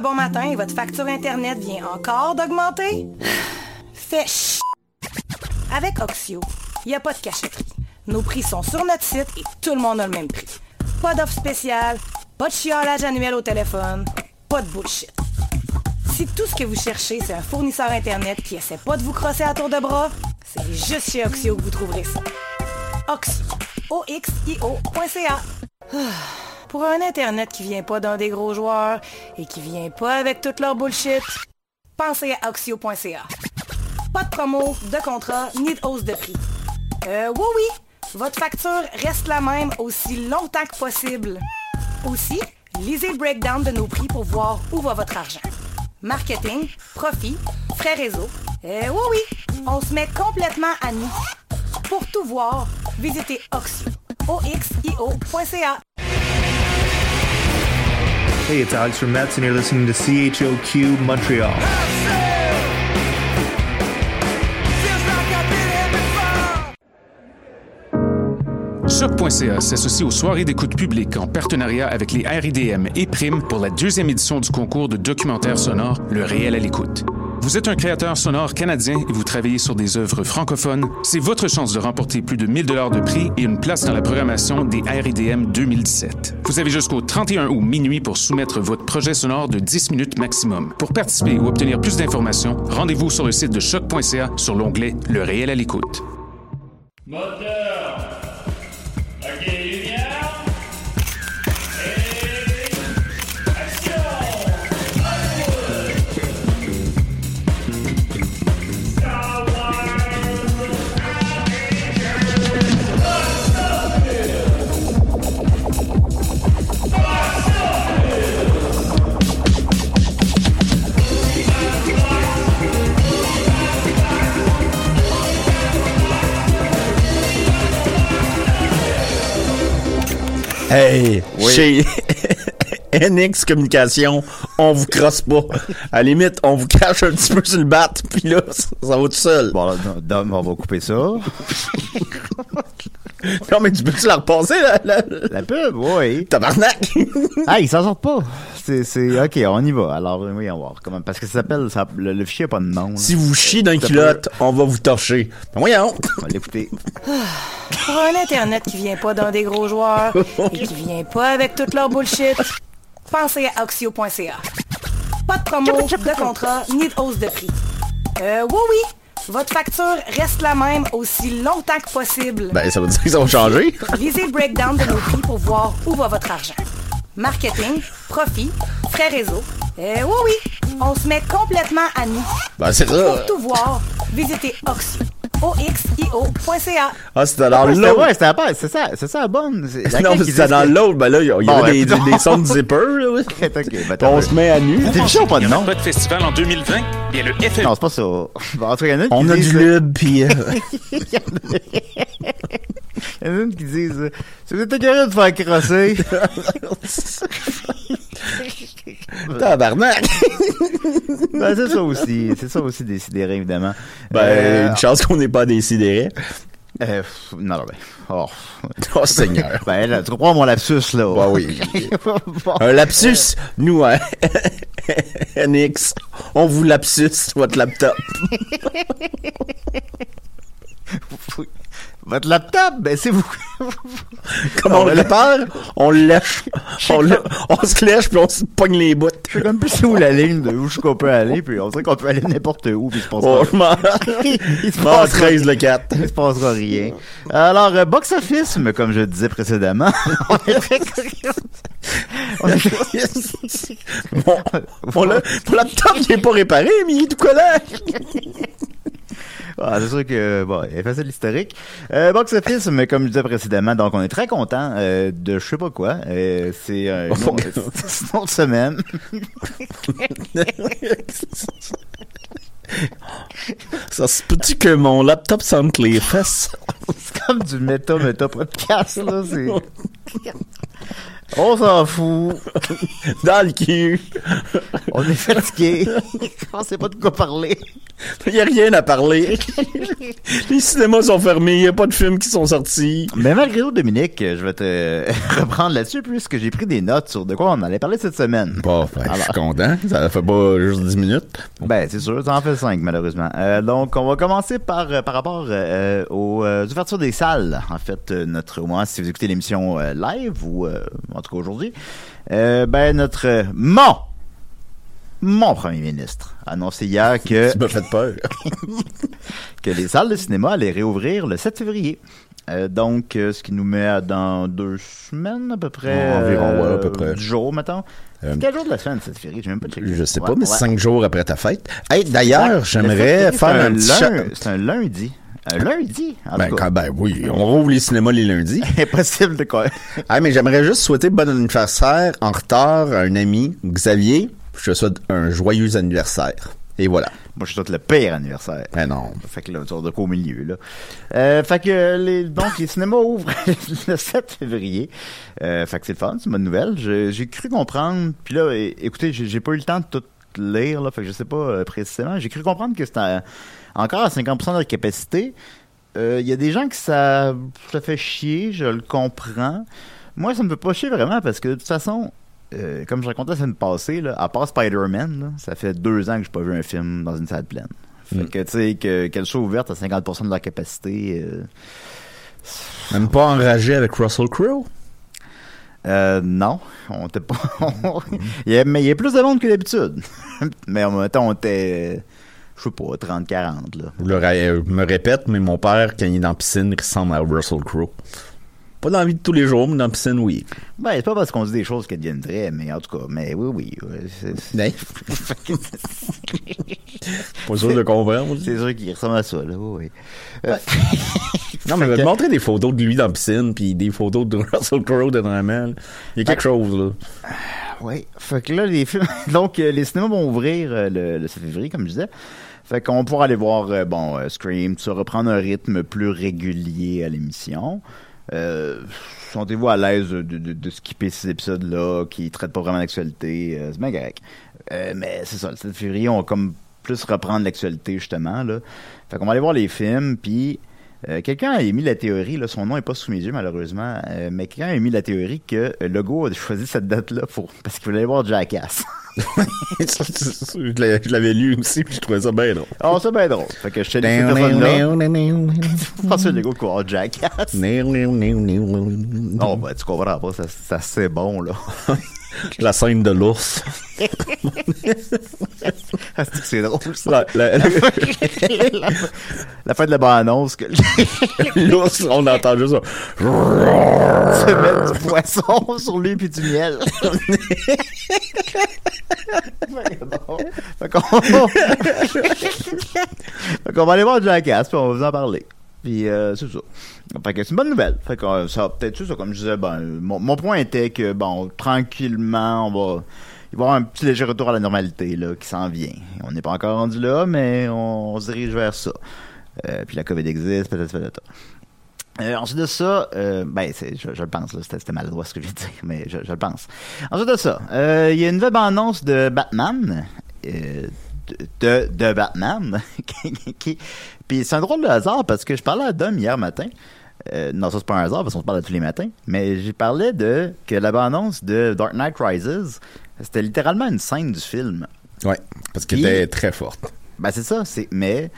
bon matin et votre facture Internet vient encore d'augmenter? Fais ch... Avec Oxio, il n'y a pas de cachotterie. Nos prix sont sur notre site et tout le monde a le même prix. Pas d'offre spéciale, pas de chiolage annuel au téléphone, pas de bullshit. Si tout ce que vous cherchez, c'est un fournisseur Internet qui essaie pas de vous crosser à tour de bras, c'est juste chez Oxio que vous trouverez ça. Oxio. OXIO.ca. Pour un Internet qui vient pas d'un des gros joueurs et qui vient pas avec toute leur bullshit, pensez à Oxio.ca. Pas de promo, de contrat, ni de hausse de prix. Oui, votre facture reste la même aussi longtemps que possible. Aussi, lisez le breakdown de nos prix pour voir où va votre argent. Marketing, profit, frais réseau. Oui, on se met complètement à nous. Pour tout voir, visitez Oxio. OXIO.ca. Hey, it's Alex from Mets, and you're listening to CHOQ Montreal. Choc.ca s'associe aux soirées d'écoute publique en partenariat avec les RIDM et Prime pour la 2e édition du concours de documentaire sonore Le Réel à l'écoute. Vous êtes un créateur sonore canadien et vous travaillez sur des œuvres francophones, c'est votre chance de remporter plus de 1 000 $ de prix et une place dans la programmation des RIDM 2017. Vous avez jusqu'au 31 août minuit pour soumettre votre projet sonore de 10 minutes maximum. Pour participer ou obtenir plus d'informations, rendez-vous sur le site de Choc.ca sur l'onglet Le Réel à l'écoute. Moteur! OK, lumière! Et... action! Hey, oui. Chez NX Communication, on vous crosse pas. À la limite, on vous cache un petit peu sur le bat, puis là, ça va tout seul. Bon, Dom, on va couper ça. Non, mais tu peux-tu la repasser, la pub? Oui. Tabarnak! Ah, ils s'en sortent pas. C'est OK, on y va. Alors, oui, on va voir. Comment, parce que ça s'appelle... le fichier n'a pas de nom. Là. Si vous chiez dans une culotte, on va vous torcher. Voyons! On va l'écouter. Pour un Internet qui vient pas d'un des gros joueurs et qui vient pas avec toute leur bullshit, pensez à Oxio.ca. Pas de promo, de contrat, ni de hausse de prix. Oui, votre facture reste la même aussi longtemps que possible. Ben, ça veut dire qu'ils ont changé. Lisez le breakdown de nos prix pour voir où va votre argent. Marketing, profit, frais réseau. Oui, on se met complètement à nous. Ben, c'est ça. Pour tout voir, visitez Oxio. OXIO.ca. Ah, c'était dans l'autre. Ouais, c'était pas, c'est ça la bonne. Non, mais c'était dans l'autre. Ben là, il y avait des sons de zipper, là, oui. Okay, on se met à nu. T'es fiché ou pas de nom? Pas de festival en 2020. Bien le FM. Non, c'est pas ça. Bon, en tout cas, on a du lube, pis... Il y en a une qui disent si vous êtes curieux de faire crosser. Tabarnak! Ben, c'est ça aussi. C'est ça aussi, Décidéré, évidemment. Ben, une chance qu'on n'est pas Décidéré. Non, ben. Oh Seigneur. Ben, là, tu comprends mon lapsus, là. Ben oui. Un lapsus, nous, hein. NX, on vous lapsus votre laptop. Votre laptop, ben c'est vous. Comment on le répare? On le lèche. On se lèche puis on se pogne les bouts. Je sais comme plus où la ligne de où qu'on peut aller, puis on dirait qu'on peut aller n'importe où, puis il se passera rien. Il se passera 13 le 4. Il se passera rien. Alors, box office, mais comme je disais précédemment, mon laptop il est pas réparé, mais il est tout collant. Ah, c'est sûr que, bon, il est facile l'historique. Box office, mais comme je disais précédemment, donc on est très content de je sais pas quoi. C'est une autre semaine. Ça se peut-tu que mon laptop sente les fesses? C'est comme du méta podcast, là. C'est... On s'en fout. Dans le cul. On est fatigué. On sait pas de quoi parler. Il n'y a rien à parler. Les cinémas sont fermés, il n'y a pas de films qui sont sortis. Mais malgré tout, Dominique, je vais te reprendre là-dessus puisque j'ai pris des notes sur de quoi on allait parler cette semaine. Bon, je suis content. Ça fait pas juste 10 minutes. Ben, c'est sûr, ça en fait 5, malheureusement. Donc, on va commencer par rapport aux ouvertures des salles. En fait, au moment si vous écoutez l'émission live ou en tout cas aujourd'hui, notre mon premier ministre a annoncé hier que Tu m'as fait peur. que les salles de cinéma allaient réouvrir le 7 février. Donc, ce qui nous met dans 2 semaines à peu près. Environ, ouais, à peu près. 10 jours, mettons. C'est quel jour de la semaine, 7 février? J'ai même pas checké. Je sais pas, mais 5 jours après ta fête. Hey, d'ailleurs, j'aimerais faire un petit C'est un lundi. Un lundi? Oui, on rouvre les cinémas les lundis. Impossible de quoi. Mais j'aimerais juste souhaiter bon anniversaire en retard à un ami, Xavier. Je te souhaite un joyeux anniversaire. Et voilà. Moi, je souhaite le pire anniversaire. Mais non. Fait que là, tu de quoi au milieu, là. Fait que donc, les cinémas ouvrent le 7 février. Fait que c'est le fun, c'est une bonne nouvelle. J'ai cru comprendre, puis là, écoutez, j'ai pas eu le temps de tout lire, là, fait que je sais pas précisément. J'ai cru comprendre que c'était encore à 50% de leur capacité. Il y a des gens que ça fait chier, je le comprends. Moi, ça me fait pas chier vraiment, parce que de toute façon, comme je racontais la semaine passée, là, à part Spider-Man, là, ça fait 2 ans que j'ai pas vu un film dans une salle pleine. Fait que, tu sais, qu'elle soit ouverte à 50% de leur capacité. Même pas enragé avec Russell Crowe? Non, on était pas. Mais il y a plus de monde que d'habitude. Mais en même temps, on était, je sais pas, 30-40, là. Je me répète, mais mon père, quand il est dans la piscine, il ressemble à Russell Crowe. Pas dans la vie de tous les jours, mais dans la piscine, oui. Ben, c'est pas parce qu'on dit des choses qu'elles deviennent vraies, mais en tout cas, mais oui. Pas sûr de comprendre. C'est sûr qu'il ressemble à ça, là, oui. Non, mais je vais te montrer des photos de lui dans la piscine, puis des photos de Russell Crowe de Ramel. Il y a quelque chose, là. Oui. Fait que là, les films. Donc, les cinémas vont ouvrir le 7 février, comme je disais. Fait qu'on pourra aller voir, Scream, tout ça, reprendre un rythme plus régulier à l'émission. Sentez-vous à l'aise de skipper ces épisodes-là qui traitent pas vraiment d'actualité. C'est bien correct. Mais c'est ça, le 7 février, on va comme plus reprendre l'actualité, justement, là. Fait qu'on va aller voir les films, puis quelqu'un a émis la théorie, là, son nom est pas sous mes yeux, malheureusement, mais quelqu'un a émis la théorie que Legault a choisi cette date-là parce qu'il voulait aller voir Jackass. Je l'avais lu aussi, puis je trouvais ça bien drôle. Oh, c'est bien drôle. Fait que je te dis cette personne-là. François Legault qui va voir Jackass. Non, ben, tu comprends pas, ça c'est bon, là. La scène de l'ours. C'est drôle, ça. La fin de la bande-annonce. L'ours, on entend juste ça. Se mettre du poisson sur lui puis du miel. Fait qu'on va aller voir Jackass puis on va vous en parler. Puis c'est ça. Fait que c'est une bonne nouvelle. Fait que ça va peut-être ça, comme je disais, mon point était que tranquillement, il va y avoir un petit léger retour à la normalité là, qui s'en vient. On n'est pas encore rendu là, mais on se dirige vers ça. Puis la COVID existe, peut-être. Ensuite de ça, je le pense, là, c'était maladroit ce que je viens de dire, mais je le pense. Ensuite de ça, il y a une nouvelle annonce de Batman, de Batman, puis c'est un drôle de hasard parce que je parlais à Dom hier matin. Non, ça c'est pas un hasard parce qu'on se parle tous les matins, mais j'ai parlé que la bande-annonce de Dark Knight Rises, c'était littéralement une scène du film. Ouais, parce qu'elle était très forte. Ben c'est ça, mais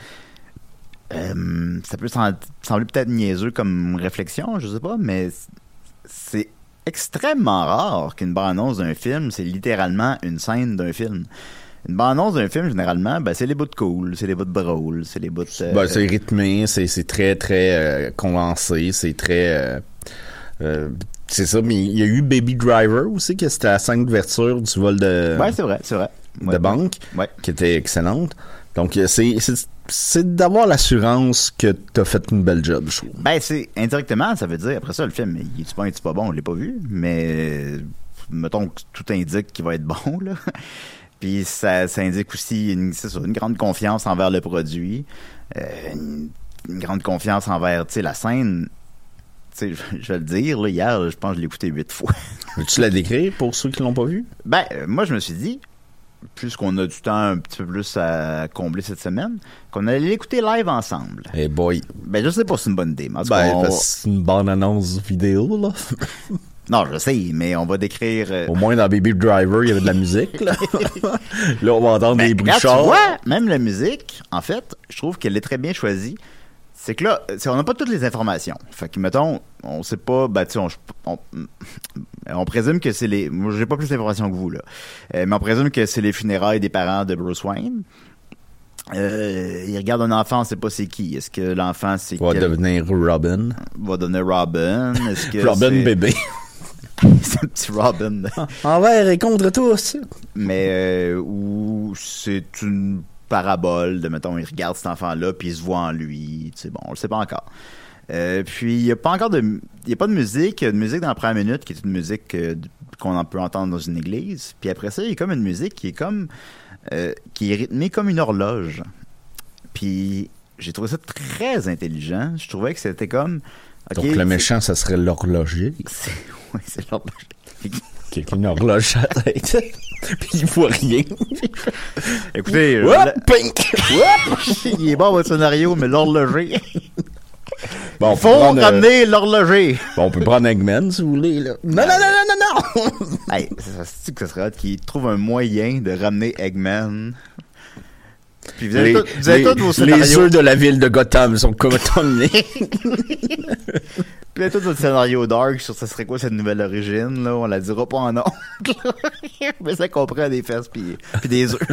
ça peut sembler peut-être niaiseux comme réflexion, je sais pas, mais c'est extrêmement rare qu'une bande-annonce d'un film, c'est littéralement une scène d'un film. Une bande-annonce d'un film, généralement, c'est les bouts de cool, c'est les bouts de drôle, c'est les bouts de... c'est rythmé, c'est très, très condensé, c'est très... c'est ça, mais il y a eu Baby Driver aussi, que c'était la scène d'ouverture du vol de... Ouais, c'est vrai. De banque, qui était excellente. Donc, c'est d'avoir l'assurance que t'as fait une belle job, je trouve. C'est indirectement, ça veut dire, après ça, le film, il est-tu bon, il est-tu pas bon, on l'a pas vu, mais mettons que tout indique qu'il va être bon, là. Puis ça indique aussi une grande confiance envers le produit, une grande confiance envers, la scène. Je vais le dire, là, hier, je pense que je l'ai écouté 8 fois. Veux-tu la décrire pour ceux qui l'ont pas vu? Moi, je me suis dit, puisqu'on a du temps un petit peu plus à combler cette semaine, qu'on allait l'écouter live ensemble. Hey boy. Ben, je sais pas si c'est une bonne idée. Parce que c'est une bonne annonce vidéo, là. Non, je sais, mais on va décrire... Au moins, dans Baby Driver, il y avait de la musique, là. Là, on va entendre des bruits chauds. Tu vois, même la musique, en fait, je trouve qu'elle est très bien choisie. C'est que là, on n'a pas toutes les informations. Fait que, mettons, on sait pas, on présume que c'est les... Moi, j'ai pas plus d'informations que vous, là. Mais on présume que c'est les funérailles des parents de Bruce Wayne. Il regarde un enfant, on sait pas c'est qui. Est-ce que l'enfant, c'est... Va devenir Robin. Va devenir Robin. Est-ce que Robin bébé. C'est un petit Robin. Envers et contre tous. Mais ou c'est une parabole de, mettons, il regarde cet enfant-là puis il se voit en lui. Tu sais, bon, on le sait pas encore. Puis il y a pas encore de musique. Il y a une musique dans la première minute qui est une musique qu'on peut entendre dans une église. Puis après ça, il y a comme une musique qui est comme qui est rythmée comme une horloge. Puis j'ai trouvé ça très intelligent. Je trouvais que c'était comme donc le méchant, ça serait l'horloger. Oui, c'est l'horloger. Qui a une horloge à la tête. Puis il voit rien. Écoutez, pink! Il est bon votre scénario, mais l'horloger. Bon, faut ramener l'horloger. Bon, on peut prendre Eggman si vous voulez, là. Non! Hey, ça se dit que ça serait hâte qu'il trouve un moyen de ramener Eggman. Puis vous avez tous vos scénarios. Les œufs de la ville de Gotham sont contaminés. Puis tout votre scénario dark sur ça serait quoi cette nouvelle origine, là, on la dira pas en oncle. Mais ça comprend des fesses puis des œufs.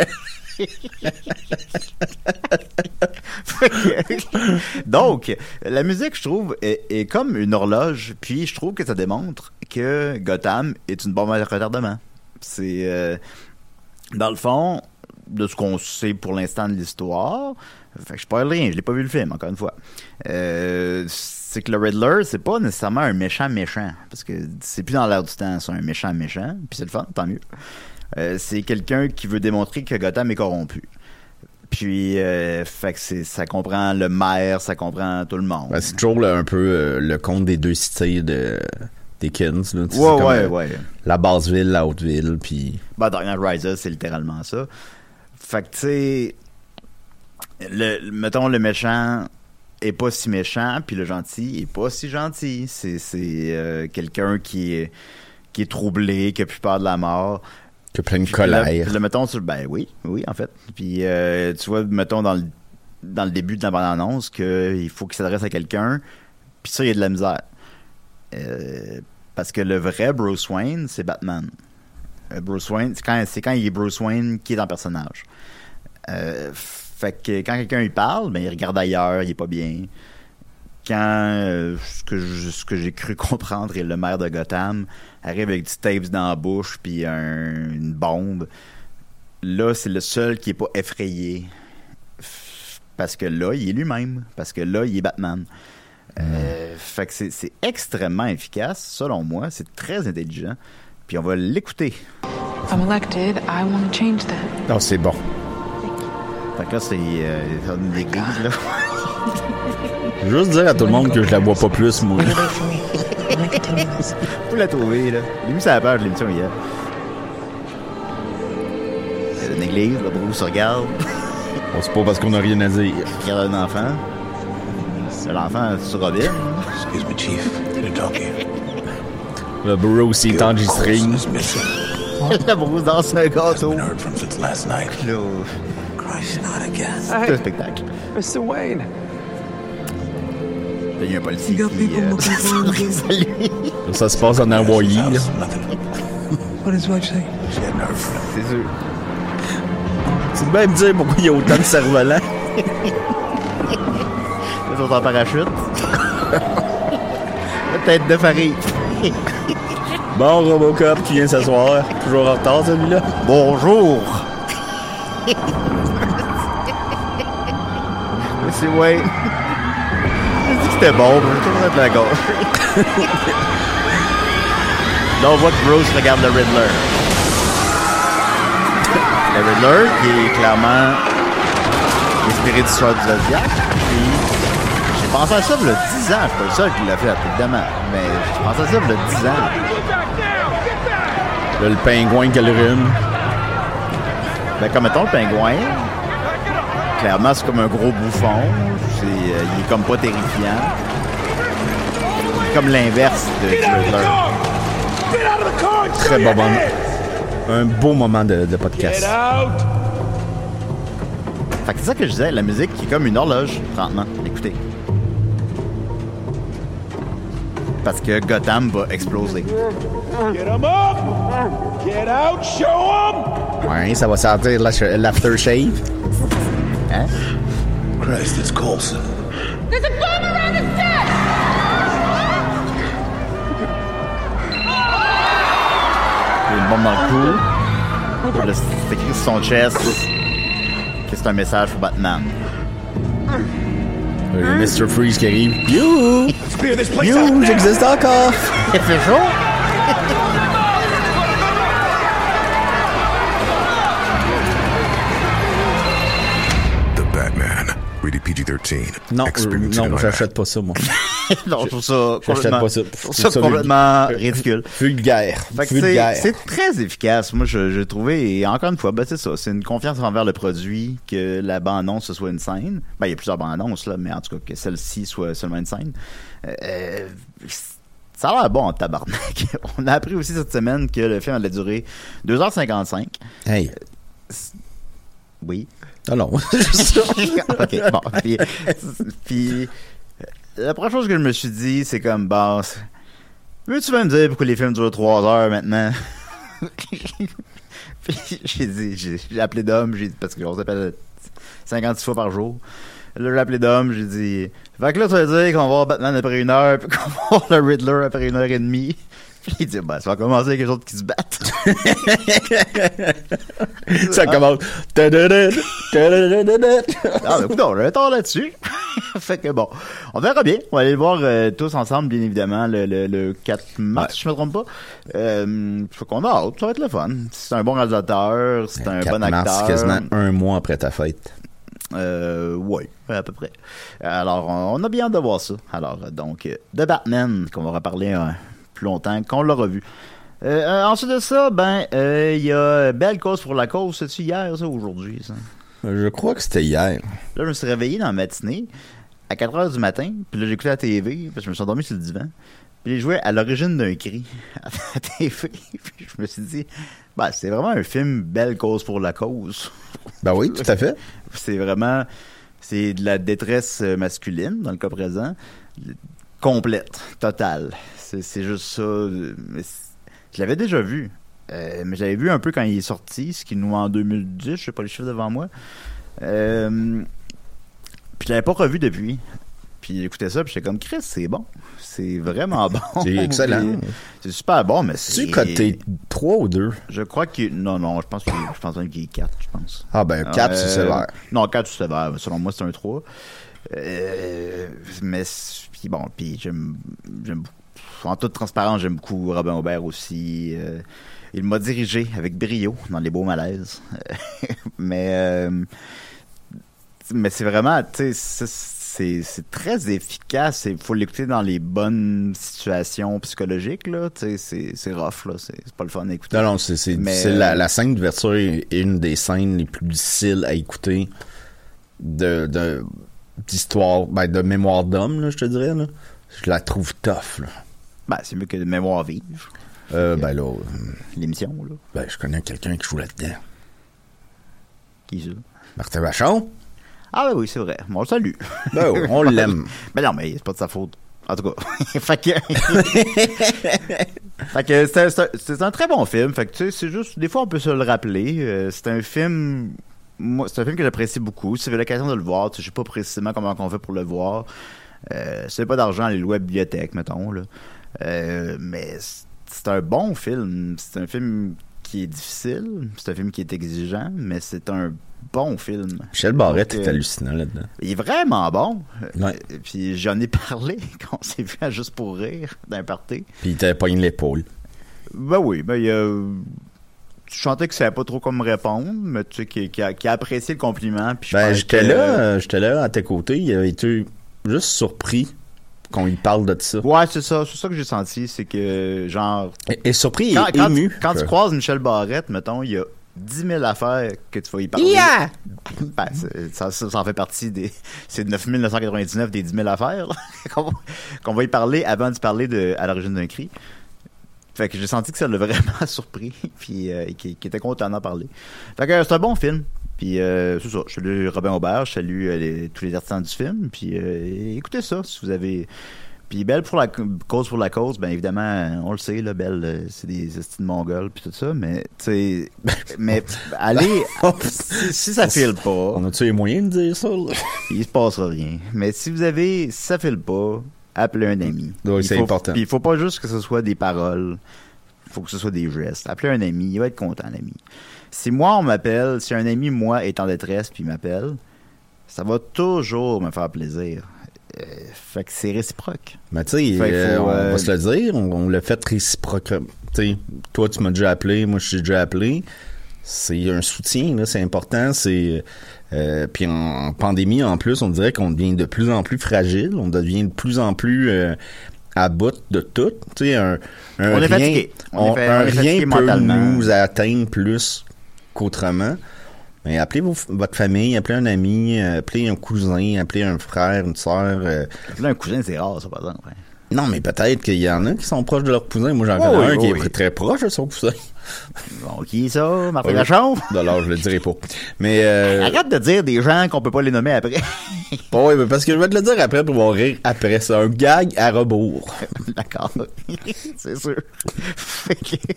Donc, la musique, je trouve, est comme une horloge, puis je trouve que ça démontre que Gotham est une bombe à retardement. C'est, dans le fond, de ce qu'on sait pour l'instant de l'histoire, fait que je parle rien, je l'ai pas vu le film, encore une fois. C'est que le Riddler, c'est pas nécessairement un méchant, parce que c'est plus dans l'air du temps, c'est un méchant, puis c'est le fun, tant mieux. C'est quelqu'un qui veut démontrer que Gotham est corrompu. Puis, fait que ça comprend le maire, ça comprend tout le monde. Ben, c'est toujours un peu le conte des deux cités de Dickens. Là. Ouais. La basse ville, la haute ville, puis... Ben, Dark Knight Rises, c'est littéralement ça. Fait que, tu sais, mettons, le méchant est pas si méchant, puis le gentil est pas si gentil. C'est quelqu'un qui est troublé, qui a plus peur de la mort. Qui a plein de colère. Le mettons sur... Ben oui, en fait. Puis, tu vois, mettons, dans le début de la bande-annonce, qu'il faut qu'il s'adresse à quelqu'un, puis ça, il y a de la misère. Parce que le vrai Bruce Wayne, c'est Batman. Bruce Wayne, c'est quand il est Bruce Wayne qui est dans le personnage. Fait que quand quelqu'un il parle, ben il regarde ailleurs, il est pas bien. Quand ce que j'ai cru comprendre est le maire de Gotham arrive avec du tapes dans la bouche puis une bombe, là c'est le seul qui est pas effrayé parce que là il est lui-même, parce que là il est Batman. Fait que c'est extrêmement efficace selon moi, c'est très intelligent. Puis on va l'écouter. I'm elected, I want to change that. Oh, c'est bon. Fait que là, c'est une église, là. Je veux juste dire à tout le monde que je la vois pas plus, moi. Faut la trouver, là. J'ai mis ça à la page de l'émission hier. C'est une église, là, Bruce se regarde. Bon, c'est pas parce qu'on a rien à dire. Il regarde un enfant. L'enfant, c'est Robin. Excuse me, Chief. Need to talk here. Le Bruce, il est enregistré. Le Bruce danse un gâteau. Heard from since last night. Là, Christ, not again. c'est un spectacle. Mr. Wayne. Il y a un policier qui salut. Ça se passe en Hawaii, là. What does Wedge say? She had nerve for him. C'est sûr. Tu peux me dire pourquoi il y a autant de cerfs-volants? Ils sont en parachute. La tête de Farid. Bon, Robocop qui vient s'asseoir. Toujours en retard, celui-là. Bonjour. C'est ouais. J'ai dit que c'était bon, mais j'ai toujours de la gauche. Là, on voit que Bruce regarde le Riddler. Le Riddler, qui est clairement inspiré du soir du Zodiac. Puis, j'ai pensé à ça il y a 10 ans. Je suis pas le seul qui l'a fait, évidemment. Mais j'ai pensé à ça il y a 10 ans. Là, le pingouin qui a le rhume. Ben, comme mettons le pingouin, clairement, c'est comme un gros bouffon. Il est comme pas terrifiant. Comme l'inverse de Riddler. Très bon moment. Un beau moment de podcast. Fait que c'est ça que je disais, la musique qui est comme une horloge, franchement. Écoutez. Parce que Gotham va exploser. Get 'em up! Get out, show 'em! Ouais, ça va sortir l'aftershave. Hein? Christ, it's Coulson. There's a bomb around the set! Il y a une bombe dans le cou. Là, c'est écrit sur son chest que c'est un message pour Batman. Le Mr. Freeze qui arrive. You! You, j'existe encore! Il fait chaud! The Batman. Rated PG-13. Non, j'achète pas ça, moi. Non, je trouve ça complètement, pas ça. je trouve ça complètement ridicule. Vulgaire. Fait que c'est très efficace. Moi, j'ai trouvé, et encore une fois, ben, c'est ça. C'est une confiance envers le produit que la bande-annonce ce soit une scène. Ben, il y a plusieurs bandes-annonces, là, mais en tout cas, que celle-ci soit seulement une scène. Ça a l'air bon en tabarnak. On a appris aussi cette semaine que le film allait durer 2h55. Hey. Oui. Ah non. OK, bon. Puis la première chose que je me suis dit, c'est comme, bon, veux-tu me dire pourquoi les films durent 3 heures maintenant? Puis j'ai appelé Dom, parce qu'on s'appelle 56 fois par jour. Là, j'ai appelé Dom, j'ai dit, fait que là, ça veut dire qu'on va voir Batman après 1 heure, puis qu'on va voir le Riddler après 1h30. Puis il dit, ben, ça va commencer avec les autres qui se battent. Ça commence. Ah, ben, écoute, on a un temps là-dessus. Fait que bon, on verra bien. On va aller le voir tous ensemble, bien évidemment, le 4 mars, si je me trompe pas. Fait qu'on a hâte, ça va être le fun. C'est un bon réalisateur, c'est un bon acteur. Mars, quasiment 1 mois après ta fête. Oui, à peu près. Alors, on a bien hâte de voir ça. Alors, donc, de Batman, qu'on va reparler plus longtemps qu'on l'aura vu. Ensuite de ça, il y a Belle Cause pour la cause. C'est-tu hier, ça, ou aujourd'hui, ça? Je crois que c'était hier. Là, je me suis réveillé dans la matinée à 4h du matin, puis là, j'ai écouté la TV, parce que je me suis endormi sur le divan. Puis j'ai joué à l'origine d'un cri à la TV. Puis je me suis dit, c'est vraiment un film Belle Cause pour la cause. Ben oui, tout à fait. C'est vraiment, c'est de la détresse masculine, dans le cas présent, complète, totale. C'est juste ça. Je l'avais déjà vu, mais j'avais vu un peu quand il est sorti, ce qui nous en 2010, je sais pas les chiffres devant moi. Puis je l'avais pas revu depuis. Puis j'écoutais ça, puis j'étais comme, Chris, c'est bon. C'est vraiment bon. C'est excellent. C'est super bon, mais c'est... Tu coté 3 ou 2? Je crois qu'il... Non, je pense qu'il est 4, je pense. Ah ben, 4, c'est sévère. Non, 4, c'est sévère. Selon moi, c'est un 3. Mais, puis bon, puis j'aime beaucoup. En toute transparence, j'aime beaucoup Robin Aubert aussi. Il m'a dirigé avec brio dans Les Beaux Malaises. Mais c'est vraiment, tu sais, c'est très efficace. Il faut l'écouter dans les bonnes situations psychologiques, là. Tu sais, c'est rough, là. C'est pas le fun à écouter. Non, c'est la scène d'ouverture est une des scènes les plus difficiles à écouter d'histoire, de mémoire d'homme, là, je te dirais, là. Je la trouve tough, là. C'est mieux que de mémoire vive. L'émission, là. Je connais quelqu'un qui joue là-dedans. Qui ça? Martin Vachon? Ah oui, c'est vrai. On le salue. On l'aime. Non, mais c'est pas de sa faute. En tout cas. Fait que c'est un très bon film. Fait que tu sais, c'est juste, des fois on peut se le rappeler. C'est un film que j'apprécie beaucoup. Si vous avez l'occasion de le voir, je sais pas précisément comment on fait pour le voir. C'est pas d'argent, les louer à la bibliothèque, mettons, là. Mais c'est un bon film. C'est un film qui est difficile. C'est un film qui est exigeant, mais c'est un bon film. Michel Barrette est hallucinant là-dedans. Il est vraiment bon. Ouais. Puis j'en ai parlé quand on s'est vu à Juste pour rire d'un party. Puis il t'avait pogné l'épaule. Oui, je sentais que ça savait pas trop comment me répondre, mais tu sais, qui a apprécié le compliment. Puis j'étais là à tes côtés. Il avait été juste surpris qu'on lui parle de ça. Ouais, c'est ça que j'ai senti, c'est que genre... Et surpris et ému. Quand tu croises Michel Barrette, mettons, il y a 10 000 affaires que tu vas y parler. Yeah! Ben, ça en fait partie c'est 9 999 des 10 000 affaires là, qu'on va y parler avant de parler à l'origine d'un cri. Fait que j'ai senti que ça l'a vraiment surpris, puis qui était content d'en parler. Fait que c'est un bon film. Puis c'est ça, je salue Robin Aubert, je salue tous les artisans du film, puis écoutez ça si vous avez... Puis Belle pour la cause, bien évidemment, on le sait, là, Belle, c'est des estimes mongols puis tout ça, mais tu sais, mais allez, si ça file pas... On a-tu les moyens de dire ça, là? Il se passera rien. Mais si ça file pas, appelez un ami. Oui, c'est important. Puis il faut pas juste que ce soit des paroles, il faut que ce soit des gestes. Appelez un ami, il va être content, l'ami. Si moi, on m'appelle, si un ami, moi, est en détresse puis m'appelle, ça va toujours me faire plaisir. Fait que c'est réciproque. Mais tu sais, on va se le dire, on l'a fait réciproque. Tu sais, toi, tu m'as déjà appelé, moi, je t'ai déjà appelé. C'est un soutien, là, c'est important. Puis en pandémie, en plus, on dirait qu'on devient de plus en plus fragile. On devient de plus en plus à bout de tout. Tu sais, on est fatigué. Rien peut nous atteindre plus qu'autrement. Mais appelez votre famille, appelez un ami, appelez un cousin, appelez un frère, une sœur. Appelez un cousin, c'est rare, ça, par exemple. Ouais. Non, mais peut-être qu'il y en a qui sont proches de leur cousin. Moi, j'en connais un qui est très proche de son cousin. Bon, qui est ça? Martin Lachon? Alors, je le dirai pas. Mais arrête de dire des gens qu'on peut pas les nommer après. Oui, mais parce que je vais te le dire après pour rire après. C'est un gag à rebours. D'accord. C'est sûr. Fait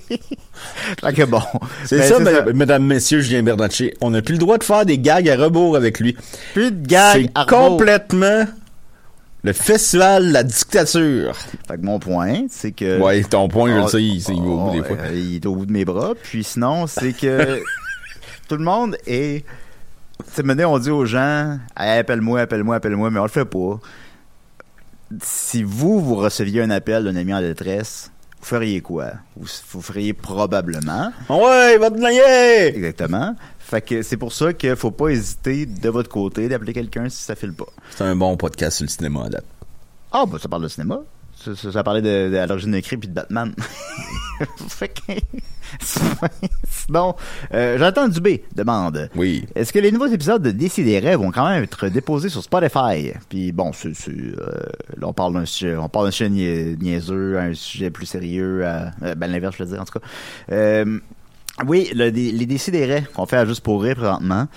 que bon. C'est ça, mesdames, messieurs, Julien Bernatchez. On n'a plus le droit de faire des gags à rebours avec lui. Plus de gags à rebours. C'est complètement le festival de la dictature. Fait que mon point, c'est que... Ouais, ton point, je le sais, il est au bout des fois. Il est au bout de mes bras. Puis sinon, c'est que tout le monde est... Tu sais, maintenant, on dit aux gens, hey, appelle-moi, mais on le fait pas. Si vous receviez un appel d'un ami en détresse, vous feriez quoi? Vous feriez probablement... Ouais, il va te noyer! Exactement. Fait que c'est pour ça qu'il faut pas hésiter de votre côté d'appeler quelqu'un si ça file pas. C'est un bon podcast sur le cinéma, à date. Ah, bah ça parle de cinéma. Ça parlait à l'origine d'un cri puis de Batman. Fait que... Sinon, Jonathan Dubé demande... Oui. Est-ce que les nouveaux épisodes de Décidérez vont quand même être déposés sur Spotify? Puis bon, là, on parle d'un sujet niaiseux à un sujet plus sérieux, ben l'inverse, je veux dire, en tout cas. Oui, les Décidérez qu'on fait à Juste pour rire présentement,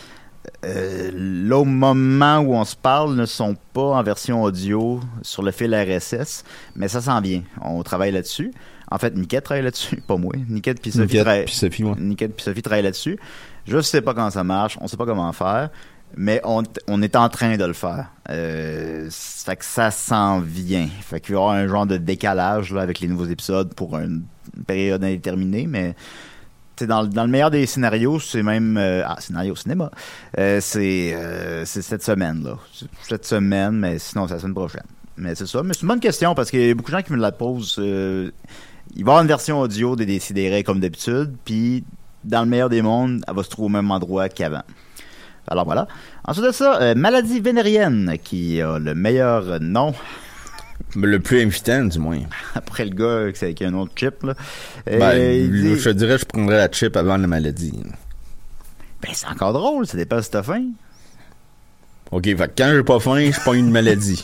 là, au moment où on se parle, ne sont pas en version audio sur le fil RSS, mais ça s'en vient. On travaille là-dessus. En fait, Niquette travaille là-dessus, pas moi. Niquette puis Sophie travaillent là-dessus. Je sais pas comment ça marche, on sait pas comment faire, mais on est en train de le faire. Fait que ça s'en vient. Fait qu'il y aura un genre de décalage là, avec les nouveaux épisodes pour une période indéterminée, mais dans le meilleur des scénarios, c'est même... scénario cinéma. C'est cette semaine, là. Cette semaine, mais sinon, c'est la semaine prochaine. Mais c'est ça. Mais c'est une bonne question, parce qu'il y a beaucoup de gens qui me la posent. Il va y avoir une version audio des Décidérez, comme d'habitude, puis dans le meilleur des mondes, elle va se trouver au même endroit qu'avant. Alors voilà. Ensuite de ça, Maladie vénérienne, qui a le meilleur nom... Le plus invitant, du moins. Après le gars qui a un autre chip, là. Je te dirais, je prendrais la chip avant la maladie. Ben, c'est encore drôle, ça dépend si t'as faim. OK, fait que quand j'ai pas faim, je prends une maladie.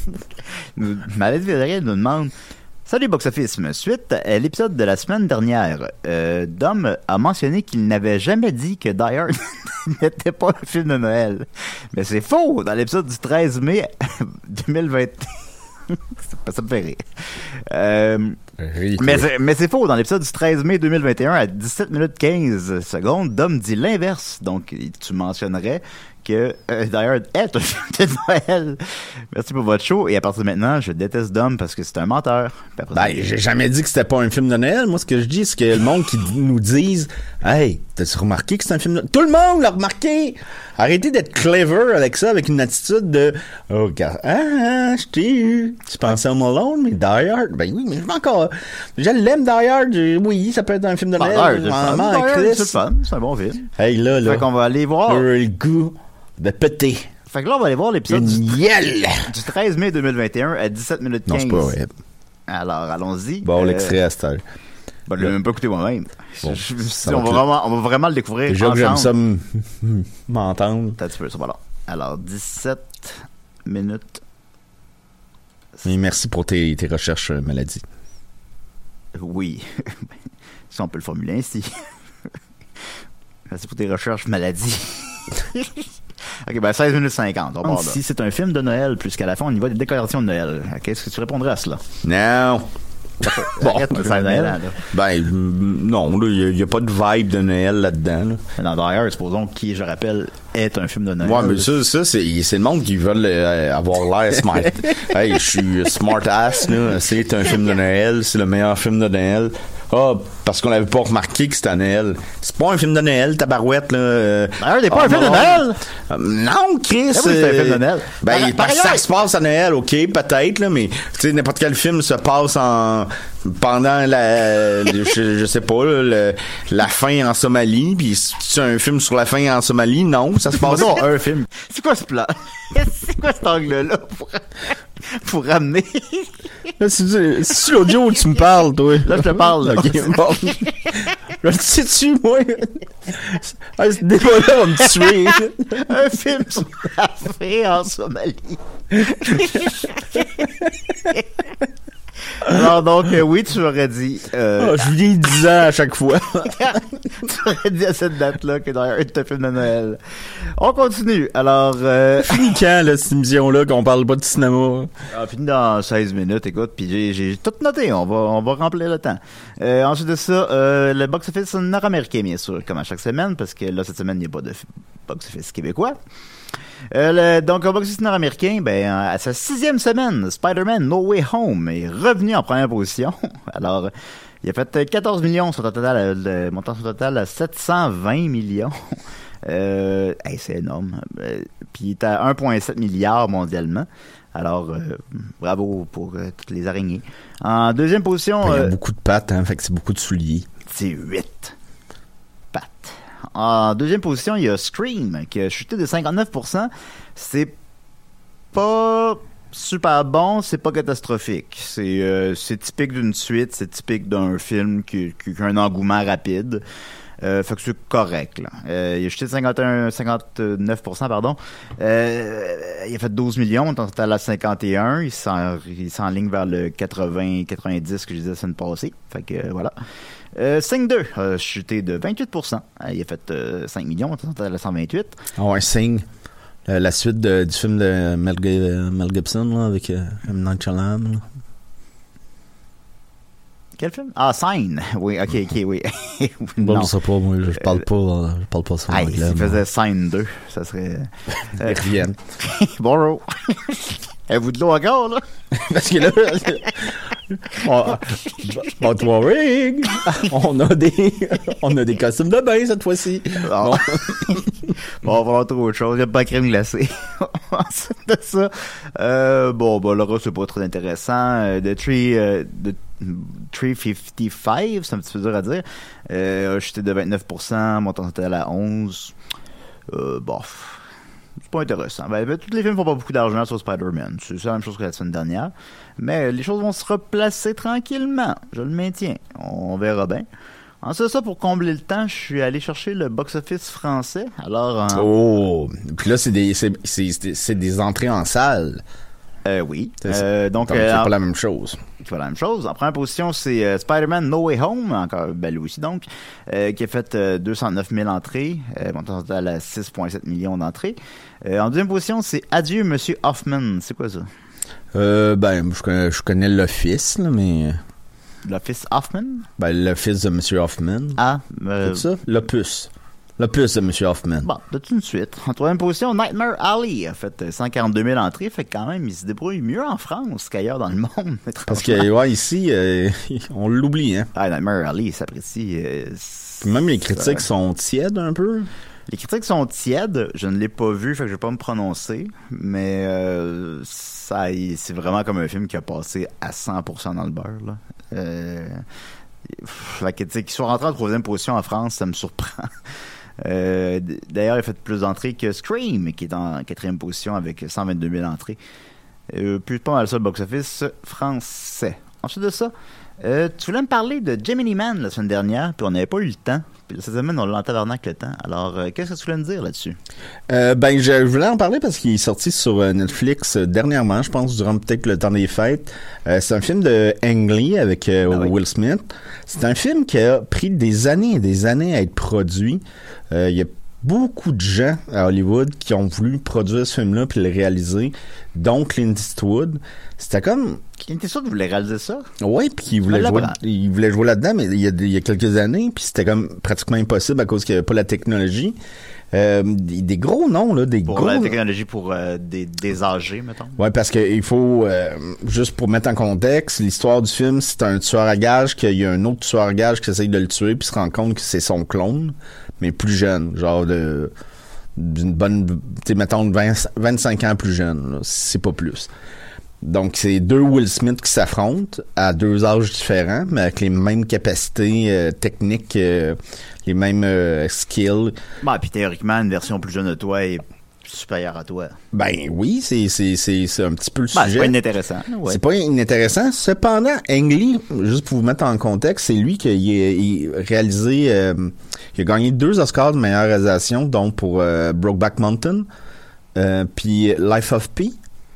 Maladie vénérienne nous demande... Salut Box Office. Suite à l'épisode de la semaine dernière, Dom a mentionné qu'il n'avait jamais dit que Die Hard n'était pas un film de Noël. Mais c'est faux! Dans l'épisode du 13 mai 2020... ça me fait rire. Mais c'est faux. Dans l'épisode du 13 mai 2021, à 17 minutes 15 secondes, Dom dit l'inverse. Donc, tu mentionnerais que Die Hard est un film de Noël. Merci pour votre show. Et à partir de maintenant, je déteste Dom parce que c'est un menteur. J'ai jamais dit que c'était pas un film de Noël. Moi, ce que je dis, c'est que le monde qui nous dise « Hey, t'as-tu remarqué que c'est un film de Noël? » Tout le monde l'a remarqué! Arrêtez d'être clever avec ça, avec une attitude de « Oh, je t'ai eu. Tu pensais à Home Alone, mais Die Hard? » Ben oui, mais je vais encore... Je l'aime, Die Hard. Oui, ça peut être un film de Noël. C'est fun. C'est un bon film. Hey, là. Fait qu'on va aller voir... Le goût de péter. Fait que là, on va aller voir l'épisode du 13 mai 2021 à 17 minutes 15. Non, c'est pas vrai. Alors, allons-y. Bon, l'extrait à cette heure. Ben, je l'ai même pas écouté moi-même. Bon, on va vraiment le découvrir déjà ensemble. que j'aime ça m'entendre. Peut-être un petit peu, ça va là. Alors, 17 minutes. Et merci pour tes recherches maladie. Oui. Si on peut le formuler ainsi. Merci pour tes recherches maladie. Ok, ben 16 minutes 50. On part si c'est un film de Noël, plus qu'à la fin, on y va des décorations de Noël. Qu'est-ce que tu répondrais à cela? Non. Bon, c'est Noël. Ben, non, il n'y a pas de vibe de Noël là-dedans. Là. Non, d'ailleurs, supposons qui, je rappelle, est un film de Noël. Ouais, mais ça c'est le monde qui veulent avoir l'air smart. Hey, je suis smart ass, là. C'est un film de Noël, c'est le meilleur film de Noël. Ah, parce qu'on n'avait pas remarqué que c'était à Noël. C'est pas un film de Noël, tabarouette, là. D'ailleurs, c'est pas un film de Noël! Non, Chris! Oui, c'est un film de Noël. Ben, parce que ça se passe à Noël, ok, peut-être, là, mais, tu sais, n'importe quel film se passe pendant je sais pas, là, la fin en Somalie, pis c'est un film sur la fin en Somalie, non, ça se passe. Non, un film. C'est quoi ce plan? C'est quoi cet angle-là pour ramener? Là, c'est l'audio où tu me parles, toi. Là, je te parle, là. Ok, bon. Je le sais-tu, moi? Ce débat-là va me tuer. Un film sur la fin en Somalie. Alors donc, oui, tu aurais dit... je viens 10 ans à chaque fois. Tu aurais dit à cette date-là que d'ailleurs, c'est un film de Noël. On continue. Alors... Fini quand, là, cette émission-là, qu'on parle pas de cinéma? Fini dans 16 minutes, écoute, puis j'ai tout noté. On va remplir le temps. Ensuite de ça, le box-office nord-américain, bien sûr, comme à chaque semaine, parce que là, cette semaine, il n'y a pas de box-office québécois. Donc, au box-office nord-américain, à sa 6e semaine, Spider-Man No Way Home est revenu en première position. Alors, il a fait 14 millions sur le total, le montant sur le total à 720 millions. C'est énorme. Puis il est à 1,7 milliard mondialement. Alors, bravo pour toutes les araignées. En deuxième position... il y a beaucoup de pattes, hein, fait que c'est beaucoup de souliers. C'est 8 pattes. En deuxième position, il y a Scream, qui a chuté de 59%. C'est pas super bon, c'est pas catastrophique. C'est typique d'une suite, c'est typique d'un film qui a un engouement rapide. Fait que c'est correct, là. Il a chuté de 59%, pardon. Il a fait 12 millions, on est à la 51. Il s'enligne vers le 80-90 que je disais la semaine passée. Fait que, voilà. Sing 2 a chuté de 28%. Il a fait 5 millions, on est à la 128. Oh, un Sing. La suite du film de Mel Gibson, là, avec M. Night Shyamalan, là. Quel film? Ah, Sign. Oui, ok, oui. Non, je sais pas, moi, je parle pas ça en anglais. S'il faisait Sign 2, ça serait... Ils reviennent. Bonjour. Avez-vous de l'eau encore, là? Parce que là... But worrying! On a des costumes de bain, cette fois-ci. Bon, on va voir autre chose. Il n'y a pas de crème glacée. Ensuite de ça, le reste, c'est pas très intéressant. The 355, c'est un petit peu dur à dire. J'étais de 29%, montant total à 11. C'est pas intéressant. Tous les films font pas beaucoup d'argent sur Spider-Man. C'est la même chose que la semaine dernière. Mais les choses vont se replacer tranquillement. Je le maintiens. On verra bien. Ensuite, ça, pour combler le temps, je suis allé chercher le box-office français. Alors, puis là, c'est des entrées en salle. Oui. Donc, c'est pas la même chose. C'est pas la même chose. En première position, c'est Spider-Man No Way Home, encore lui aussi donc, qui a fait 209 000 entrées, montant total à 6,7 millions d'entrées. En deuxième position, c'est Adieu Monsieur Hoffman. C'est quoi ça? Je connais l'Office, là, mais... L'Office Hoffman? L'Office de Monsieur Hoffman. Ah, c'est ça? L'Opus de M. Hoffman. Bon, toute une suite. En troisième position, Nightmare Alley a fait 142 000 entrées. Fait que quand même, il se débrouille mieux en France qu'ailleurs dans le monde. Parce que, ici, on l'oublie, hein. Nightmare Alley, il s'apprécie. Même les critiques sont tièdes un peu. Les critiques sont tièdes. Je ne l'ai pas vu, fait que je vais pas me prononcer. Mais c'est vraiment comme un film qui a passé à 100% dans le beurre, là. Qu'ils soient rentrés en troisième position en France, ça me surprend. D'ailleurs, il a fait plus d'entrées que Scream, qui est en quatrième position avec 122 000 entrées. Puis pas mal ça, le box-office français. Ensuite de ça, Tu voulais me parler de Gemini Man la semaine dernière, puis on n'avait pas eu le temps. Puis cette semaine, on l'a en tabarnak le temps. Alors, qu'est-ce que tu voulais me dire là-dessus? Je voulais en parler parce qu'il est sorti sur Netflix dernièrement, je pense, durant peut-être le temps des fêtes. C'est un film de Ang Lee avec Will Smith. C'est un film qui a pris des années et des années à être produit. Il y a beaucoup de gens à Hollywood qui ont voulu produire ce film-là puis le réaliser, dont Clint Eastwood. C'était comme... Clint Eastwood voulait réaliser ça? Oui, puis il voulait jouer là-dedans, mais il y a quelques années, puis c'était comme pratiquement impossible à cause qu'il n'y avait pas la technologie. Des gros noms, là, pour la technologie pour des âgés, mettons. Ouais, parce que il faut juste pour mettre en contexte, l'histoire du film, c'est un tueur à gages qu'il y a un autre tueur à gages qui essaye de le tuer puis se rend compte que c'est son clone, mais plus jeune, genre d'une bonne, tu sais, mettons 25 ans plus jeune, là, c'est pas plus. Donc, c'est deux Will Smith qui s'affrontent à deux âges différents, mais avec les mêmes capacités techniques, les mêmes skills. Bah, puis théoriquement, une version plus jeune de toi est supérieure à toi. Ben oui, c'est un petit peu le sujet. C'est pas inintéressant. Ouais. C'est pas inintéressant. Cependant, Ang Lee, juste pour vous mettre en contexte, c'est lui qui a réalisé, il a gagné 2 Oscars de meilleure réalisation, donc pour Brokeback Mountain, puis Life of Pi.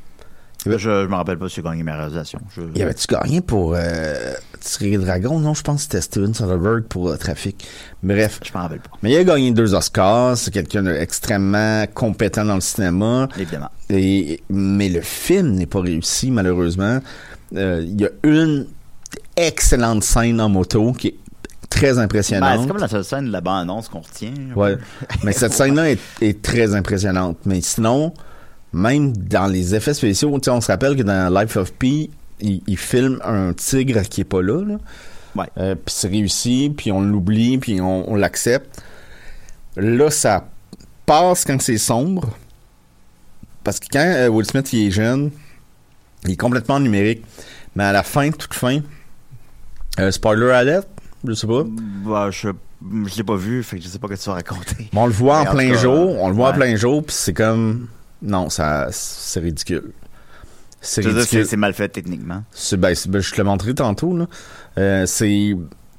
Je me rappelle pas si j'ai gagné ma réalisation. Y avait-tu gagné pour Tirer Dragon? Non, je pense que c'était Steven Soderbergh pour Trafic. Bref. Je m'en rappelle pas. Mais il a gagné 2 Oscars. C'est quelqu'un d'extrêmement compétent dans le cinéma. Évidemment. Mais le film n'est pas réussi, malheureusement. Il y a une excellente scène en moto qui est très impressionnante. C'est comme la seule scène de la bande-annonce qu'on retient. Ouais. Mais cette scène-là est très impressionnante. Mais sinon... Même dans les effets spéciaux, on se rappelle que dans Life of Pi, il filme un tigre qui est pas là. Ouais. Puis c'est réussi, puis on l'oublie, puis on l'accepte. Là, ça passe quand c'est sombre. Parce que quand Will Smith il est jeune, il est complètement numérique. Mais à la fin, toute fin, spoiler alert, je sais pas. Bah, je l'ai pas vu, fait que je sais pas ce que tu vas raconter. Mais on le voit en plein jour, en plein jour, puis c'est comme... Non, c'est ridicule. C'est ridicule. C'est mal fait techniquement. Je te l'ai montré tantôt, là. Tu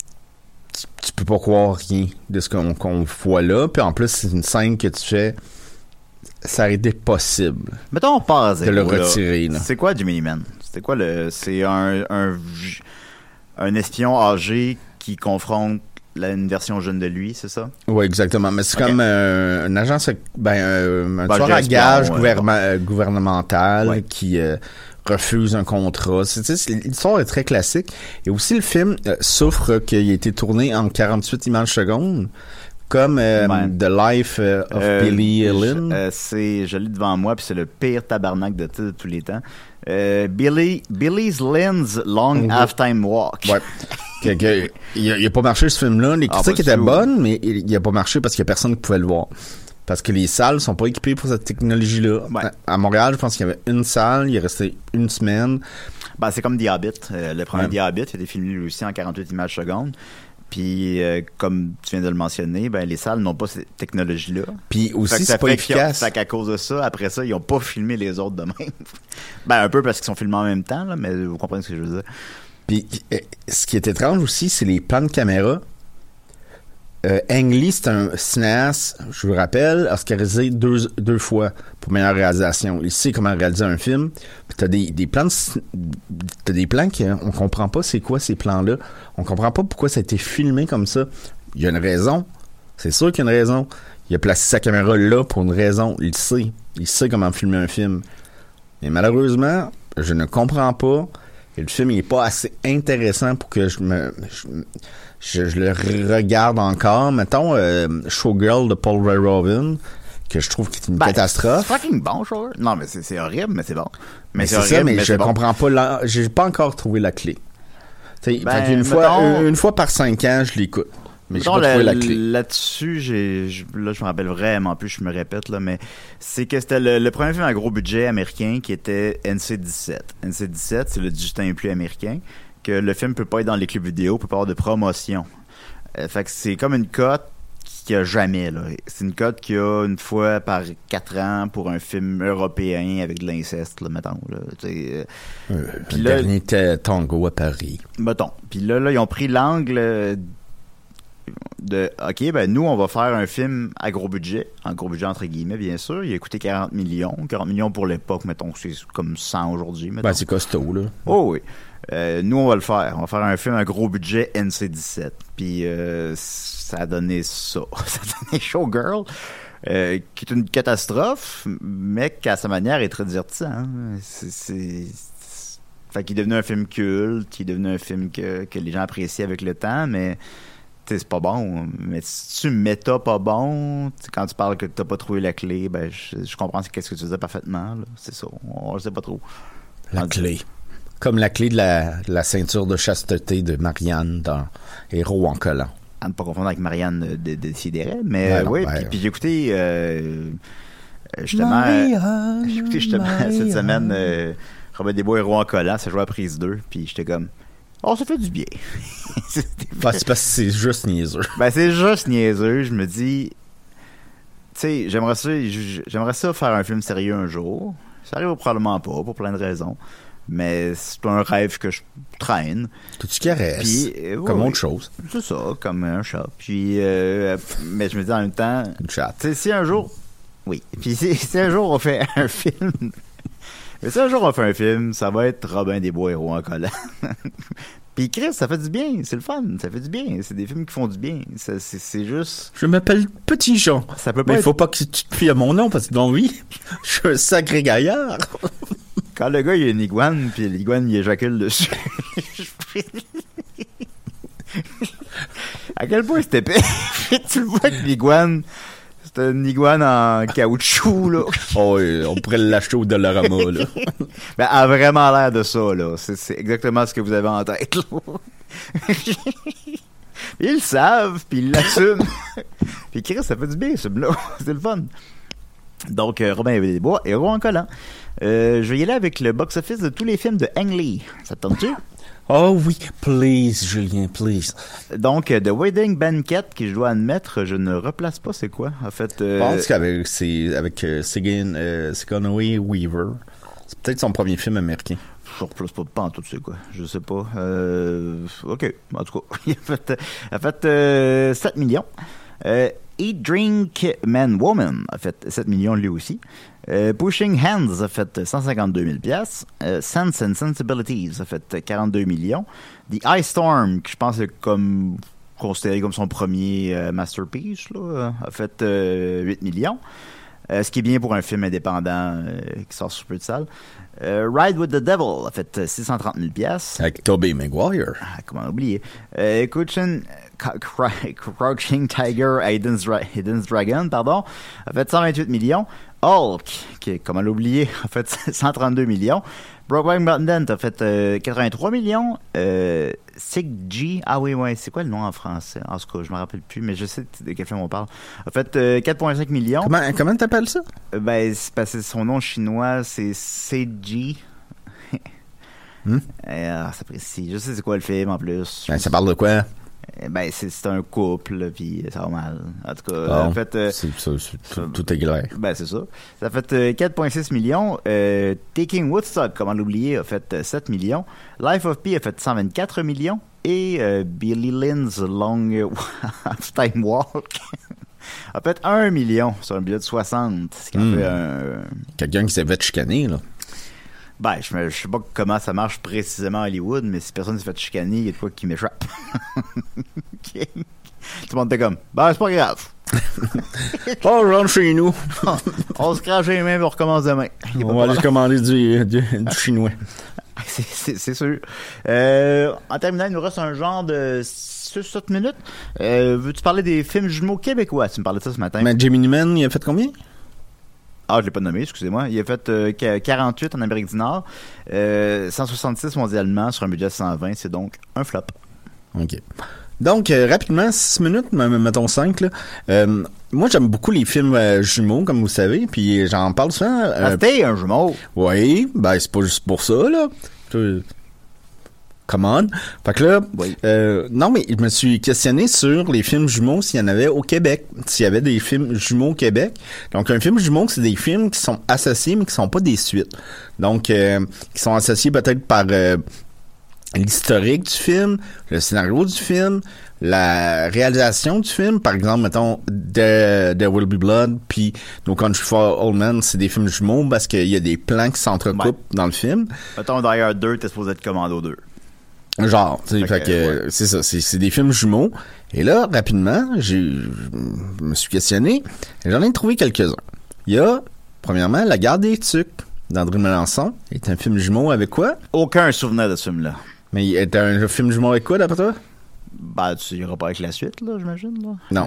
peux pas croire rien de ce qu'on voit là. Puis en plus, c'est une scène que tu fais... Ça aurait été possible. Mettons, on passe de le retirer. Là. C'est quoi Gemini Man? C'était quoi c'est un espion âgé qui confronte une version jeune de lui, c'est ça? Oui, exactement. Mais c'est comme un agence, un tueur à gages gouvernemental qui refuse un contrat. L'histoire est très classique. Et aussi, le film souffre qu'il ait été tourné en 48 images secondes, comme The Life of Billy Lynn. Je l'ai devant moi, puis c'est le pire tabarnak de tous les temps. Billy's Lynn's Long Halftime Walk. Ouais. Il a pas marché ce film-là. Les critiques étaient bonnes, mais il a pas marché parce qu'il y a personne qui pouvait le voir. Parce que les salles sont pas équipées pour cette technologie-là. Ouais. À Montréal, je pense qu'il y avait une salle, il est resté une semaine. C'est comme The Hobbit. Le premier The Hobbit a été filmé lui aussi en 48 images secondes. Puis, comme tu viens de le mentionner, les salles n'ont pas cette technologie-là. Puis aussi, c'est pas efficace. Fait qu'à cause de ça, après ça, ils ont pas filmé les autres de même. Un peu parce qu'ils sont filmés en même temps, là, mais vous comprenez ce que je veux dire. Puis, ce qui est étrange aussi, c'est les plans de caméra. Ang Lee, c'est un cinéaste, je vous rappelle, oscarisé deux fois pour meilleure réalisation. Il sait comment réaliser un film. Puis t'as des plans t'as des plans qu'on comprend pas c'est quoi ces plans-là. On comprend pas pourquoi ça a été filmé comme ça. Il y a une raison. C'est sûr qu'il y a une raison. Il a placé sa caméra là pour une raison. Il sait. Il sait comment filmer un film. Mais malheureusement, je ne comprends pas. Et le film, il est pas assez intéressant pour que je le regarde encore. Mettons Showgirl de Paul Verhoeven, que je trouve qu'il est une catastrophe. C'est fucking bon, Showgirl. Non, mais c'est horrible, mais c'est bon. Mais c'est horrible, ça, mais je comprends pas. J'ai pas encore trouvé la clé. Une fois par 5 ans, je l'écoute. Mais j'ai pas trouvé la clé. Là-dessus, je me rappelle vraiment plus, je me répète, là, mais c'est que c'était le premier film à gros budget américain qui était NC-17. NC-17, c'est le 18 ans américain, que le film peut pas être dans les clubs vidéo, peut pas avoir de promotion. Fait que c'est comme une cote qu'il y a jamais, là. C'est une cote qu'il y a une fois par 4 ans pour un film européen avec de l'inceste, là, mettons, là. Le dernier Tango à Paris. Mettons. Puis là, ils ont pris l'angle de OK, ben nous, on va faire un film à gros budget entre guillemets, bien sûr. Il a coûté 40 millions. 40 millions pour l'époque, mettons, c'est comme 100 aujourd'hui. Mettons. Ben, c'est costaud, là. Oh oui. Nous, on va le faire. On va faire un film à gros budget NC-17. Puis ça a donné ça. Ça a donné Showgirl, qui est une catastrophe, mais qui, à sa manière, est très divertissant. Hein. Fait qu'il est devenu un film culte, qui est devenu un film que les gens apprécient avec le temps, mais c'est pas bon. Mais si tu méta pas bon, quand tu parles que t'as pas trouvé la clé, ben je comprends qu'est-ce que tu faisais parfaitement. Là. C'est ça. On le sait pas trop. La clé. Comme la clé de la ceinture de chasteté de Marianne dans Héros en collant. À ne pas confondre avec Marianne de Décideret, mais oui. Puis j'ai écouté justement cette semaine Robin des Bois Héros en collant, ça jouait à prise 2, puis j'étais comme ça fait du bien. C'est parce que c'est juste niaiseux. Ben c'est juste niaiseux, je me dis tu sais, j'aimerais ça faire un film sérieux un jour. Ça arrive probablement pas, pour plein de raisons. Mais c'est un rêve que je traîne. Que tu caresses. Puis, comme autre chose. C'est ça, comme un chat. Puis, mais je me dis en même temps. Une chatte. Tu sais, si un jour. Oui. Puis, si un jour on fait un film. Mais si un jour on fait un film, ça va être Robin des Bois Héros en collant. Puis Chris, ça fait du bien, c'est le fun, ça fait du bien, c'est des films qui font du bien, c'est juste... Je m'appelle Petit Jean, ça peut pas il faut pas que tu te fies à mon nom, parce que non, oui, je suis un sacré gaillard. Quand le gars, il a une iguane, puis l'iguane, il éjacule dessus. À quel point c'était épais. Tu le vois que l'iguane... C'est une iguane en caoutchouc, là. Oh oui, on pourrait l'acheter au Dollarama, là. Ben, elle a vraiment l'air de ça, là. C'est exactement ce que vous avez en tête, là. Ils le savent, puis ils l'assument. Puis Chris, ça fait du bien, ce film-là. C'est le fun. Donc, Robin des Bois, Héros en collant. Je vais y aller avec le box-office de tous les films de Ang Lee. Ça te tente-tu? Oh oui, please, Julien, please. Donc, The Wedding Banquet, qui je dois admettre, je ne replace pas c'est quoi. En fait, je pense qu'avec Sigourney Weaver, c'est peut-être son premier film américain. Je ne replace pas en tout, c'est quoi. Je sais pas. OK, en tout cas. Il a fait 7 millions. Eat, Drink, Man, Woman a fait 7 millions lui aussi. Pushing Hands a fait 152 000 piastres. Sense and Sensibilities a fait 42 millions. The Ice Storm, que je pense est comme considéré comme son premier masterpiece, là, a fait 8 millions. Ce qui est bien pour un film indépendant qui sort sur peu de salles. Ride with the Devil a fait 630 000 piastres. Avec Tobey Maguire. Comment oublier. Crouching Tiger, Hidden Dragon, pardon, a fait 128 millions. Hulk, qui, comment l'oublier, a fait 132 millions. Brokeback Mountain a fait 83 millions. Sig G, ah oui, c'est quoi le nom en français? En tout cas, je me rappelle plus, mais je sais de quel film on parle. A fait 4,5 millions. Comment t'appelles ça? Ben, c'est parce que son nom chinois, c'est Sig G. C'est précis. Je sais c'est quoi le film en plus. Ben, ça parle de quoi? Ben, c'est un couple, puis ça va mal. En tout cas, en fait... tout est clair. Ben, c'est ça. Ça a fait 4,6 millions. Taking Woodstock, comment l'oublier, a fait 7 millions. Life of Pi a fait 124 millions. Et Billy Lynn's Long Time Walk a fait 1 million sur un budget de 60. Ce qui en fait quelqu'un qui s'est fait chicaner, là. Ben, je sais pas comment ça marche précisément à Hollywood, mais si personne s'est fait chicaner, il y a de quoi qui m'échappe. Okay. Tout le monde était comme, ben, c'est pas grave. On rentre chez nous. On se crache les mains et on recommence demain. On va aller commander du chinois. C'est sûr. En terminant, il nous reste un genre de 6-7 minutes. Veux-tu parler des films jumeaux québécois? Tu me parlais de ça ce matin. Mais Jamie Newman, il a fait combien? Ah, je l'ai pas nommé, excusez-moi. Il a fait 48 en Amérique du Nord, 166 mondialement sur un budget de 120. C'est donc un flop. OK. Donc, rapidement, 6 minutes, mettons 5, là. Moi, j'aime beaucoup les films jumeaux, comme vous savez, puis j'en parle souvent. C'était un jumeau. Oui, ben c'est pas juste pour ça, là. come on. Fait que là, non, mais je me suis questionné sur les films jumeaux s'il y en avait au Québec. S'il y avait des films jumeaux au Québec. Donc, un film jumeau, c'est des films qui sont associés, mais qui sont pas des suites. Donc, qui sont associés peut-être par l'historique du film, le scénario du film, la réalisation du film. Par exemple, mettons, There Will Be Blood, puis No Country for Old Men, c'est des films jumeaux parce qu'il y a des plans qui s'entrecoupent dans le film. Mettons, Die Hard 2, t'es supposé être Commando 2. Genre, tu sais, fait que c'est ça, c'est des films jumeaux. Et là, rapidement, je me suis questionné, et j'en ai trouvé quelques-uns. Il y a, premièrement, La Guerre des Tucs d'André Melançon. C'est un film jumeau avec quoi? Aucun souvenir de ce film-là. Mais il est un film jumeau avec quoi, d'après toi? Ben, tu iras pas avec la suite, là, j'imagine, là. Non.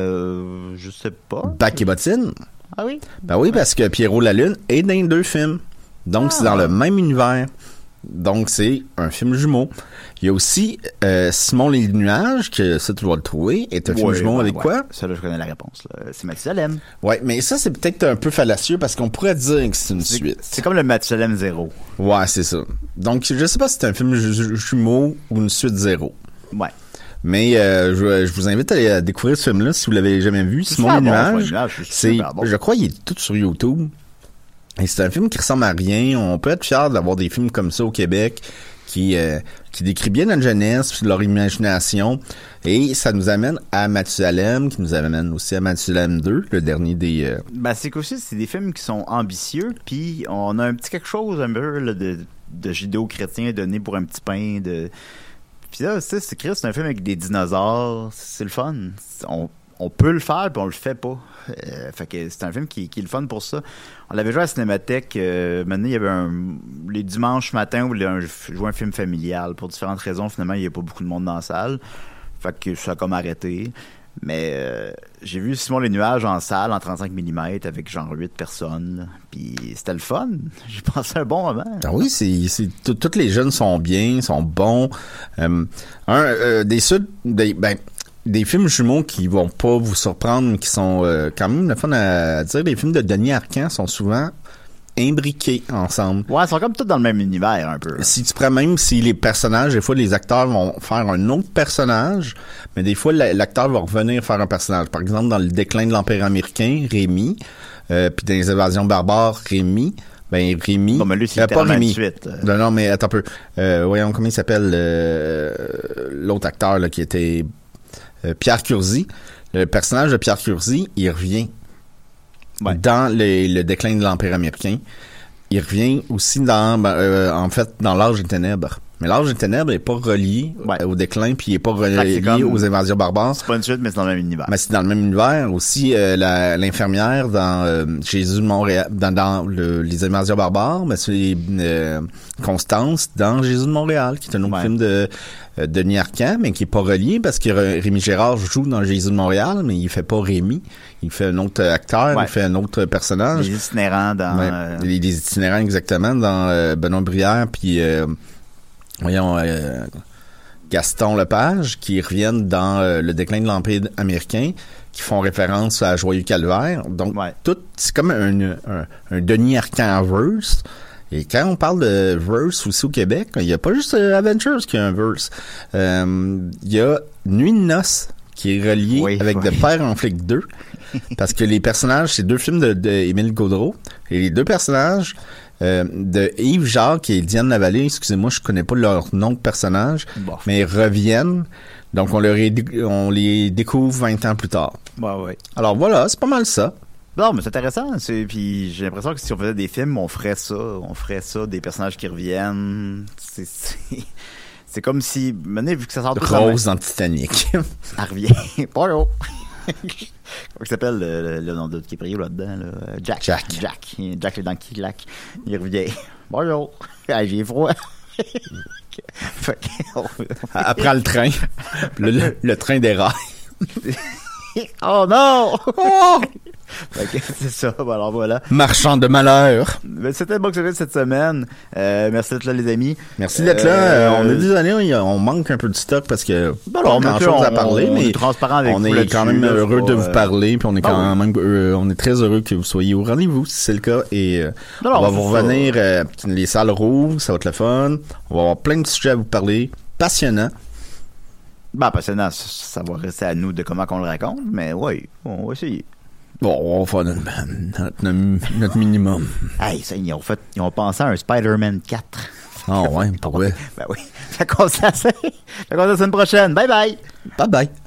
Je sais pas. Bac et bottine? Ah oui? Ben oui, parce que Pierrot Lalune est dans les deux films. Donc, c'est dans le même univers. Donc, c'est un film jumeau. Il y a aussi Simon les Nuages, que ça, tu dois le trouver, est un film jumeau avec quoi? Ça, là, je connais la réponse. Là. C'est Mathusalem. Ouais, mais ça, c'est peut-être un peu fallacieux parce qu'on pourrait dire que c'est une suite. C'est comme le Mathusalem 0. Ouais, c'est ça. Donc, je sais pas si c'est un film jumeau ou une suite 0. Ouais. Mais je vous invite à découvrir ce film-là si vous l'avez jamais vu. Simon les Nuages, je crois qu'il est tout sur YouTube. Et c'est un film qui ressemble à rien. On peut être fier d'avoir des films comme ça au Québec qui décrit bien notre jeunesse puis leur imagination. Et ça nous amène à Mathusalem, qui nous amène aussi à Mathusalem 2, le dernier des... Ben, c'est qu'aussi, c'est des films qui sont ambitieux, puis on a un petit quelque chose un peu là, de judéo-chrétien donné pour un petit pain de... Puis là, c'est un film avec des dinosaures, c'est le fun. On peut le faire, puis on le fait pas. Fait que c'est un film qui est le fun pour ça. On l'avait joué à la Cinémathèque. Maintenant, il y avait les dimanches matin où je jouais un film familial. Pour différentes raisons, finalement, il n'y a pas beaucoup de monde dans la salle. Fait que ça a comme arrêté. Mais j'ai vu Simon les Nuages en salle en 35 mm avec genre 8 personnes. Puis c'était le fun. J'ai passé un bon moment. Ah oui, tous les jeunes sont bien, sont bons. Des films jumeaux qui vont pas vous surprendre, qui sont quand même le fun à dire. Les films de Denis Arcand sont souvent imbriqués ensemble. Ouais, ils sont comme tous dans le même univers un peu. Si tu prends même si les personnages, des fois les acteurs vont faire un autre personnage, mais des fois l'acteur va revenir faire un personnage. Par exemple, dans Le Déclin de l'Empire américain, Rémi, puis dans Les Évasions barbares, Rémi. Ben Rémi. Non, mais lui, c'est pas Rémi. Suite. Non, mais attends un peu. Voyons comment il s'appelle l'autre acteur là, qui était Pierre Curzi. Le personnage de Pierre Curzi, il revient dans le Déclin de l'Empire américain. Il revient aussi dans L'Âge des Ténèbres. Mais L'Âge des Ténèbres n'est pas relié au Déclin, puis il n'est pas relié aux Invasions barbares. C'est pas une suite, mais c'est dans le même univers. Mais c'est dans le même univers. Aussi, l'infirmière dans Jésus de Montréal, dans les Invasions barbares, mais c'est Constance dans Jésus de Montréal, qui est un autre film de Denis Arcand, mais qui est pas relié parce que Rémi Gérard joue dans Jésus de Montréal, mais il fait pas Rémi. Il fait un autre acteur, il fait un autre personnage. Les itinérants dans... Les itinérants, exactement, dans Benoît Brière, puis Gaston Lepage, qui reviennent dans Le Déclin de l'Empire américain, qui font référence à Joyeux Calvaire. Donc, tout, c'est comme un Denis Arcand-verse. Et quand on parle de verse aussi au Québec, il n'y a pas juste Avengers qui a un verse. Il y a Nuit de noces qui est relié avec De Père en flic 2. Parce que les personnages, c'est deux films de Émile Gaudreau. Et les deux personnages de Yves Jacques et Diane Lavallée, excusez-moi, je connais pas leur nom de personnage, mais ils reviennent. Donc, on les découvre 20 ans plus tard. Alors voilà, c'est pas mal ça. Non, mais c'est intéressant. Puis j'ai l'impression que si on faisait des films, on ferait ça, des personnages qui reviennent. C'est comme si, maintenant, vu que ça sort tout Rose dans Titanic. Ça revient. Bonjour. Comment il s'appelle le nom de qui est pris là-dedans? Là? Jack le Donkey Jack. Il revient. Bonjour. J'ai froid. Après le train. Le train des rails. Oh non! Oh! C'est ça, alors voilà. Marchand de malheur. Ben, c'était le box office cette semaine. Merci d'être là, les amis. Merci d'être là. On est désolé, on manque un peu de stock parce que pas grand-chose à parler, mais on est transparent avec on vous est quand même là, heureux de vous parler, puis on est quand même on est très heureux que vous soyez au rendez-vous si c'est le cas. Et on va vous revenir. Les salles rouges, ça va être le fun. On va avoir plein de sujets à vous parler. Passionnant. Ben, passionnant, ça va rester à nous de comment qu'on le raconte, mais oui, on va essayer. Bon, on va faire notre minimum. Hey, ça, ils ont pensé à un Spider-Man 4. Ah ouais, pour vrai. Ben oui. Ça qu'on se la semaine prochaine. Bye bye. Bye bye.